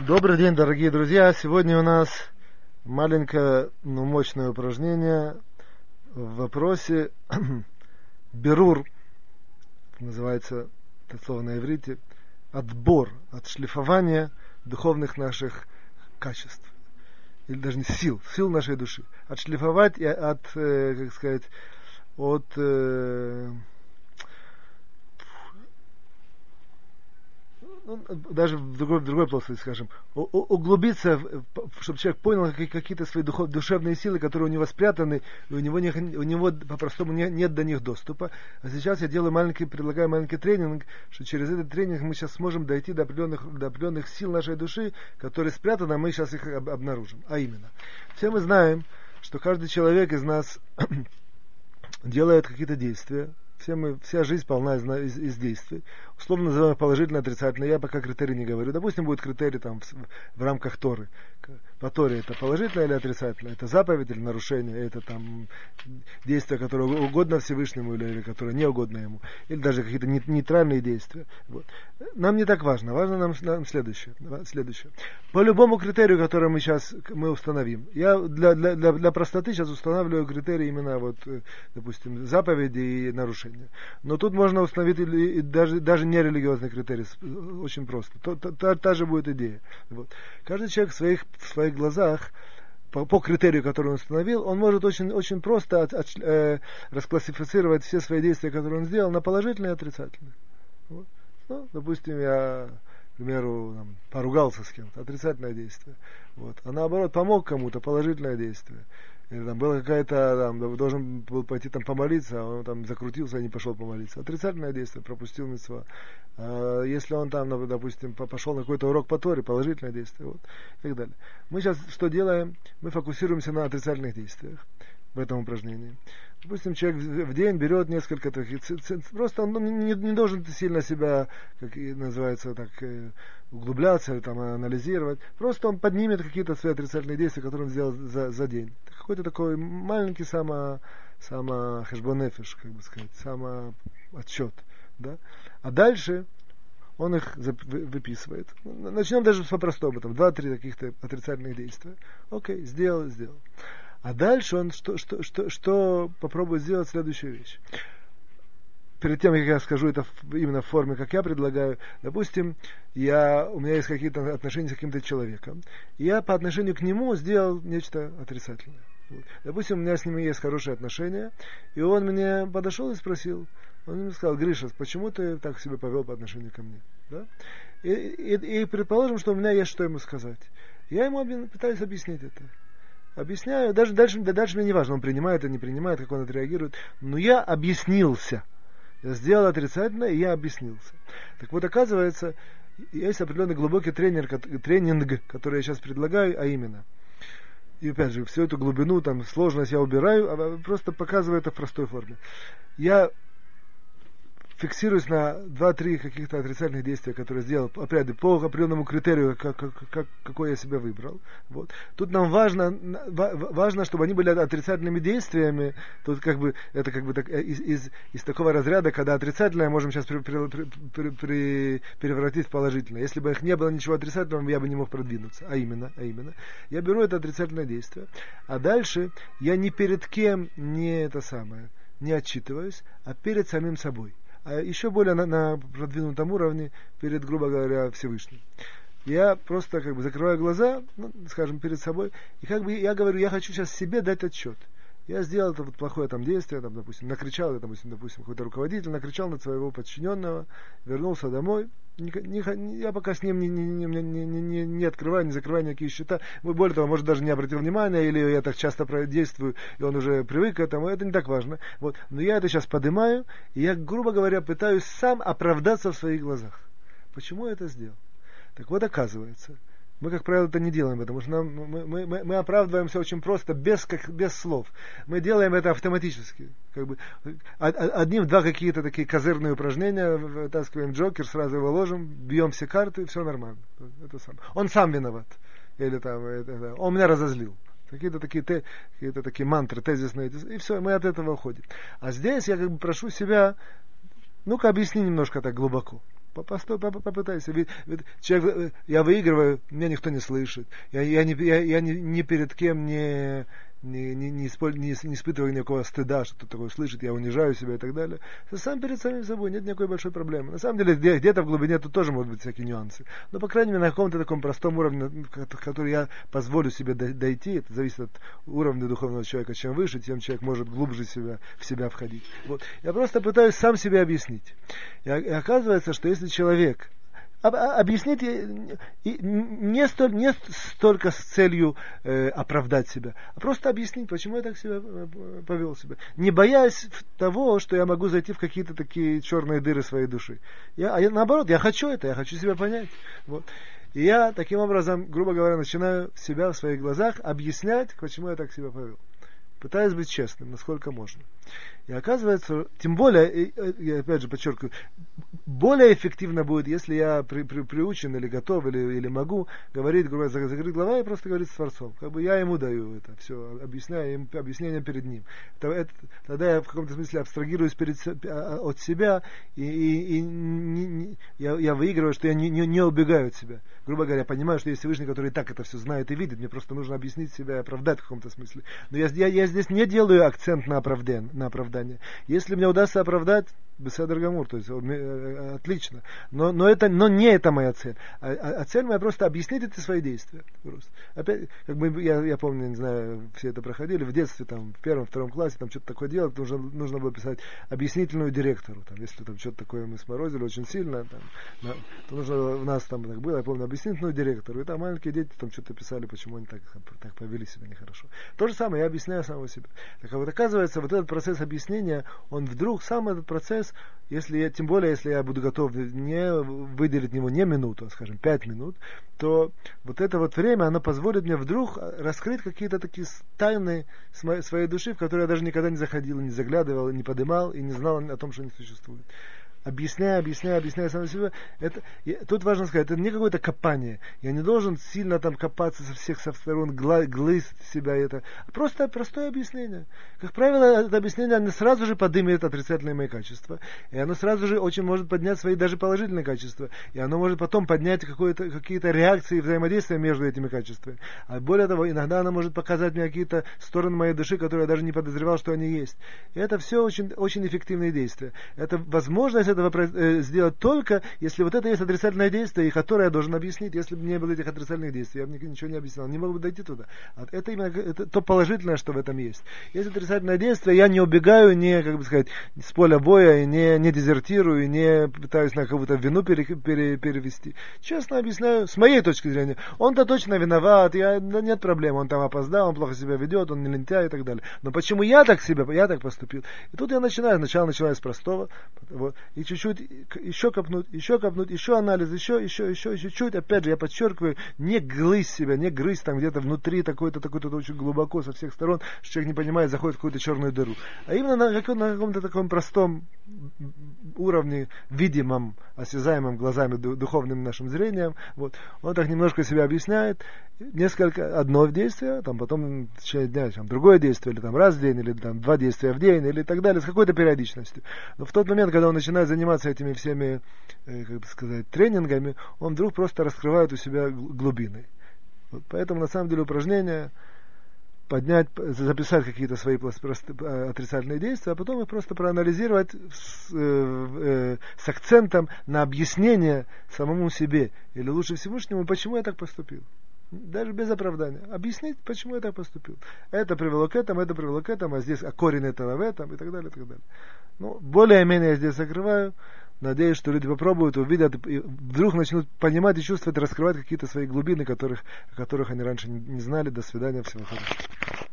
Добрый день, дорогие друзья. Сегодня у нас маленькое, но мощное упражнение в вопросе берур, называется это слово на иврите, отбор, отшлифование духовных наших качеств, или даже не сил нашей души. Отшлифовать и даже в другой плоскости, скажем, углубиться, чтобы человек понял какие-то свои душевные силы, которые у него спрятаны, и у него по-простому нет до них доступа. А сейчас я предлагаю маленький тренинг, что через этот тренинг мы сейчас сможем дойти до определенных сил нашей души, которые спрятаны, а мы сейчас их обнаружим. А именно, все мы знаем, что каждый человек из нас делает какие-то действия. Вся жизнь полна из действий. Условно называемых положительно, отрицательно. Я пока критерий не говорю. Допустим, будет критерий там в рамках Торы. По Торе это положительно или отрицательно? Это заповедь или нарушение? Это там действие, которое угодно Всевышнему или которое не угодно ему? Или даже какие-то нейтральные действия. Вот. Нам не так важно. Важно нам следующее. По любому критерию, который мы установим. Я для простоты сейчас устанавливаю критерии именно допустим, заповеди и нарушения. Но тут можно установить даже нерелигиозный критерий. Очень просто. Та же будет идея. Вот. Каждый человек в своих глазах, по критерию, который он установил, он может очень, очень просто расклассифицировать все свои действия, которые он сделал, на положительные и отрицательные. Вот. Допустим, я, к примеру, поругался с кем-то, отрицательное действие. Вот. А наоборот, помог кому-то, положительное действие. Или там было должен был пойти помолиться, а он закрутился и не пошел помолиться. Отрицательное действие, пропустил мицва. А если он допустим, пошел на какой-то урок по Торе, положительное действие, вот, и так далее. Мы сейчас что делаем? Мы фокусируемся на отрицательных действиях в этом упражнении. Допустим, человек в день берет несколько таких, просто он не должен сильно себя, как называется, углубляться или анализировать. Просто он поднимет какие-то свои отрицательные действия, которые он сделал за день. Какой-то такой маленький хэшбон-нефеш, как бы сказать, самоотчет. Да? А дальше он их выписывает. Начнем даже по-простому, 2-3 каких-то отрицательных действия. Окей, сделал. А дальше он что попробует сделать следующую вещь. Перед тем, как я скажу это именно в форме, как я предлагаю, допустим, у меня есть какие-то отношения с каким-то человеком, и я по отношению к нему сделал нечто отрицательное. Вот. Допустим, у меня с ним есть хорошие отношения, и он мне подошел и спросил, он мне сказал: Гриша, почему ты так себя повел по отношению ко мне? Да? И предположим, что у меня есть что ему сказать. Я ему пытаюсь объяснить это. Объясняю, даже дальше мне не важно, он принимает или не принимает, как он отреагирует, но я объяснился. Я сделал отрицательно, и я объяснился. Так вот, оказывается, есть определенный глубокий тренинг, который я сейчас предлагаю, а именно. И опять же, всю эту глубину, сложность я убираю, а просто показываю это в простой форме. Я фиксируюсь на 2-3 каких-то отрицательных действия, которые сделал, опять же, по определенному критерию, какой я себя выбрал. Вот. Тут нам важно, чтобы они были отрицательными действиями. Тут это из такого разряда, когда отрицательное можем сейчас превратить в положительное. Если бы их не было ничего отрицательного, я бы не мог продвинуться. А именно, я беру это отрицательное действие, а дальше я ни перед кем не отчитываюсь, а перед самим собой. А еще более на продвинутом уровне перед, грубо говоря, Всевышним. Я просто закрываю глаза, скажем, перед собой, и я говорю, я хочу сейчас себе дать отчет. Я сделал это плохое действие, допустим, накричал, допустим, какой-то руководитель накричал на своего подчиненного, вернулся домой. Я пока с ним не открываю, не закрываю никакие счета. Более того, может, даже не обратил внимания, или я так часто действую, и он уже привык к этому. Это не так важно. Вот. Но я это сейчас поднимаю, и я, грубо говоря, пытаюсь сам оправдаться в своих глазах. Почему я это сделал? Так вот, оказывается, мы, как правило, это не делаем, потому что мы оправдываемся очень просто, без слов. Мы делаем это автоматически. Одним-два какие-то такие козырные упражнения, вытаскиваем джокер, сразу его ложим, бьем все карты, все нормально. Он сам виноват. Или он меня разозлил. Какие-то такие мантры, тезисные, и все, мы от этого уходим. А здесь я прошу себя, ну-ка объясни немножко так глубоко. Попытайся. Ведь человек, я выигрываю, меня никто не слышит. Я ни перед кем не испытываю никакого стыда, что кто такое слышит, я унижаю себя и так далее. Сам перед самим собой, нет никакой большой проблемы. На самом деле, где-то в глубине тут тоже могут быть всякие нюансы. Но, по крайней мере, на каком-то таком простом уровне, который я позволю себе дойти, это зависит от уровня духовного человека. Чем выше, тем человек может глубже в себя входить. Вот. Я просто пытаюсь сам себе объяснить. И оказывается, что если человек объяснить не столько с целью оправдать себя, а просто объяснить, почему я так себя повел себя. Не боясь того, что я могу зайти в какие-то такие черные дыры своей души. Наоборот, я хочу себя понять. Вот. И я таким образом, грубо говоря, начинаю себя в своих глазах объяснять, почему я так себя повел. Пытаюсь быть честным, насколько можно. И оказывается, тем более, я опять же подчеркиваю, более эффективно будет, если я приучен или готов, или могу говорить, грубо говоря, закрыть глаза и просто говорить с Творцом. Как бы я ему даю это все, объясняю ему объяснение перед ним. Тогда я в каком-то смысле абстрагируюсь от себя, и я выигрываю, что я не убегаю от себя. Грубо говоря, понимаю, что есть Всевышний, который и так это все знает и видит, мне просто нужно объяснить себя и оправдать в каком-то смысле. Но я здесь не делаю акцент на оправдание. Если мне удастся оправдать, беседер гамур, то есть отлично. Но не это моя цель. А цель моя просто объяснить эти свои действия. Просто. Опять, как бы я помню, не знаю, все это проходили в детстве, там, в первом-втором классе, там что-то такое делать, нужно было писать объяснительную директору. Там, если там что-то такое мы сморозили очень сильно, там, то нужно, у нас там так было, я помню, объяснительную директору. И там маленькие дети там что-то писали, почему они так повели себя нехорошо. То же самое, я объясняю самого себя. Так вот, оказывается, вот этот процесс объяснения, он вдруг, сам этот процесс, тем более, если я буду готов не выделить него не минуту, а, скажем, 5 минут, то вот это вот время, оно позволит мне вдруг раскрыть какие-то такие тайны своей души, в которые я даже никогда не заходил, не заглядывал, не подымал и не знал о том, что они существуют. Объясняя сам себе. Тут важно сказать, это не какое-то копание. Я не должен сильно там копаться со всех сторон, глызть себя. Это просто простое объяснение. Как правило, это объяснение оно сразу же поднимет отрицательные мои качества. И оно сразу же очень может поднять свои даже положительные качества. И оно может потом поднять какие-то реакции и взаимодействия между этими качествами. А более того, иногда оно может показать мне какие-то стороны моей души, которые я даже не подозревал, что они есть. И это все очень, очень эффективные действия. Это возможность этого сделать только, если вот это есть отрицательное действие, и которое я должен объяснить. Если бы не было этих отрицательных действий, я бы ничего не объяснял, не мог бы дойти туда. Это именно то положительное, что в этом есть. Если отрицательное действие, я не убегаю, не, как бы сказать, с поля боя, и не дезертирую, и не пытаюсь на кого-то вину перевести. Честно объясняю, с моей точки зрения, он-то точно виноват, нет проблем, он там опоздал, он плохо себя ведет, он не лентяй и так далее. Но почему я так поступил? И тут я начинаю с простого, вот, и чуть-чуть еще копнуть, еще анализ, еще чуть-чуть, опять же, я подчеркиваю, не грызть себя, не грызть там где-то внутри такой-то очень глубоко со всех сторон, что человек не понимает, заходит в какую-то черную дыру. А именно на каком-то таком простом уровне, видимом, осязаемым глазами, духовным нашим зрением, вот, он так немножко себя объясняет, одно действие, там, потом в течение дня другое действие, или там раз в день, или там 2 действия в день, или так далее, с какой-то периодичностью. Но в тот момент, когда он начинает заниматься этими всеми, как бы сказать, тренингами, он вдруг просто раскрывает у себя глубины. Вот, поэтому, на самом деле, упражнение записать какие-то свои отрицательные действия, а потом их просто проанализировать с акцентом на объяснение самому себе, или лучше Всевышнему, почему я так поступил. Даже без оправдания. Объяснить, почему я так поступил. Это привело к этому, а здесь корень этого в этом, и так далее, и так далее. Ну, более-менее я здесь закрываю. Надеюсь, что люди попробуют, увидят, и вдруг начнут понимать и чувствовать, раскрывать какие-то свои глубины, о которых они раньше не знали. До свидания, всего хорошего.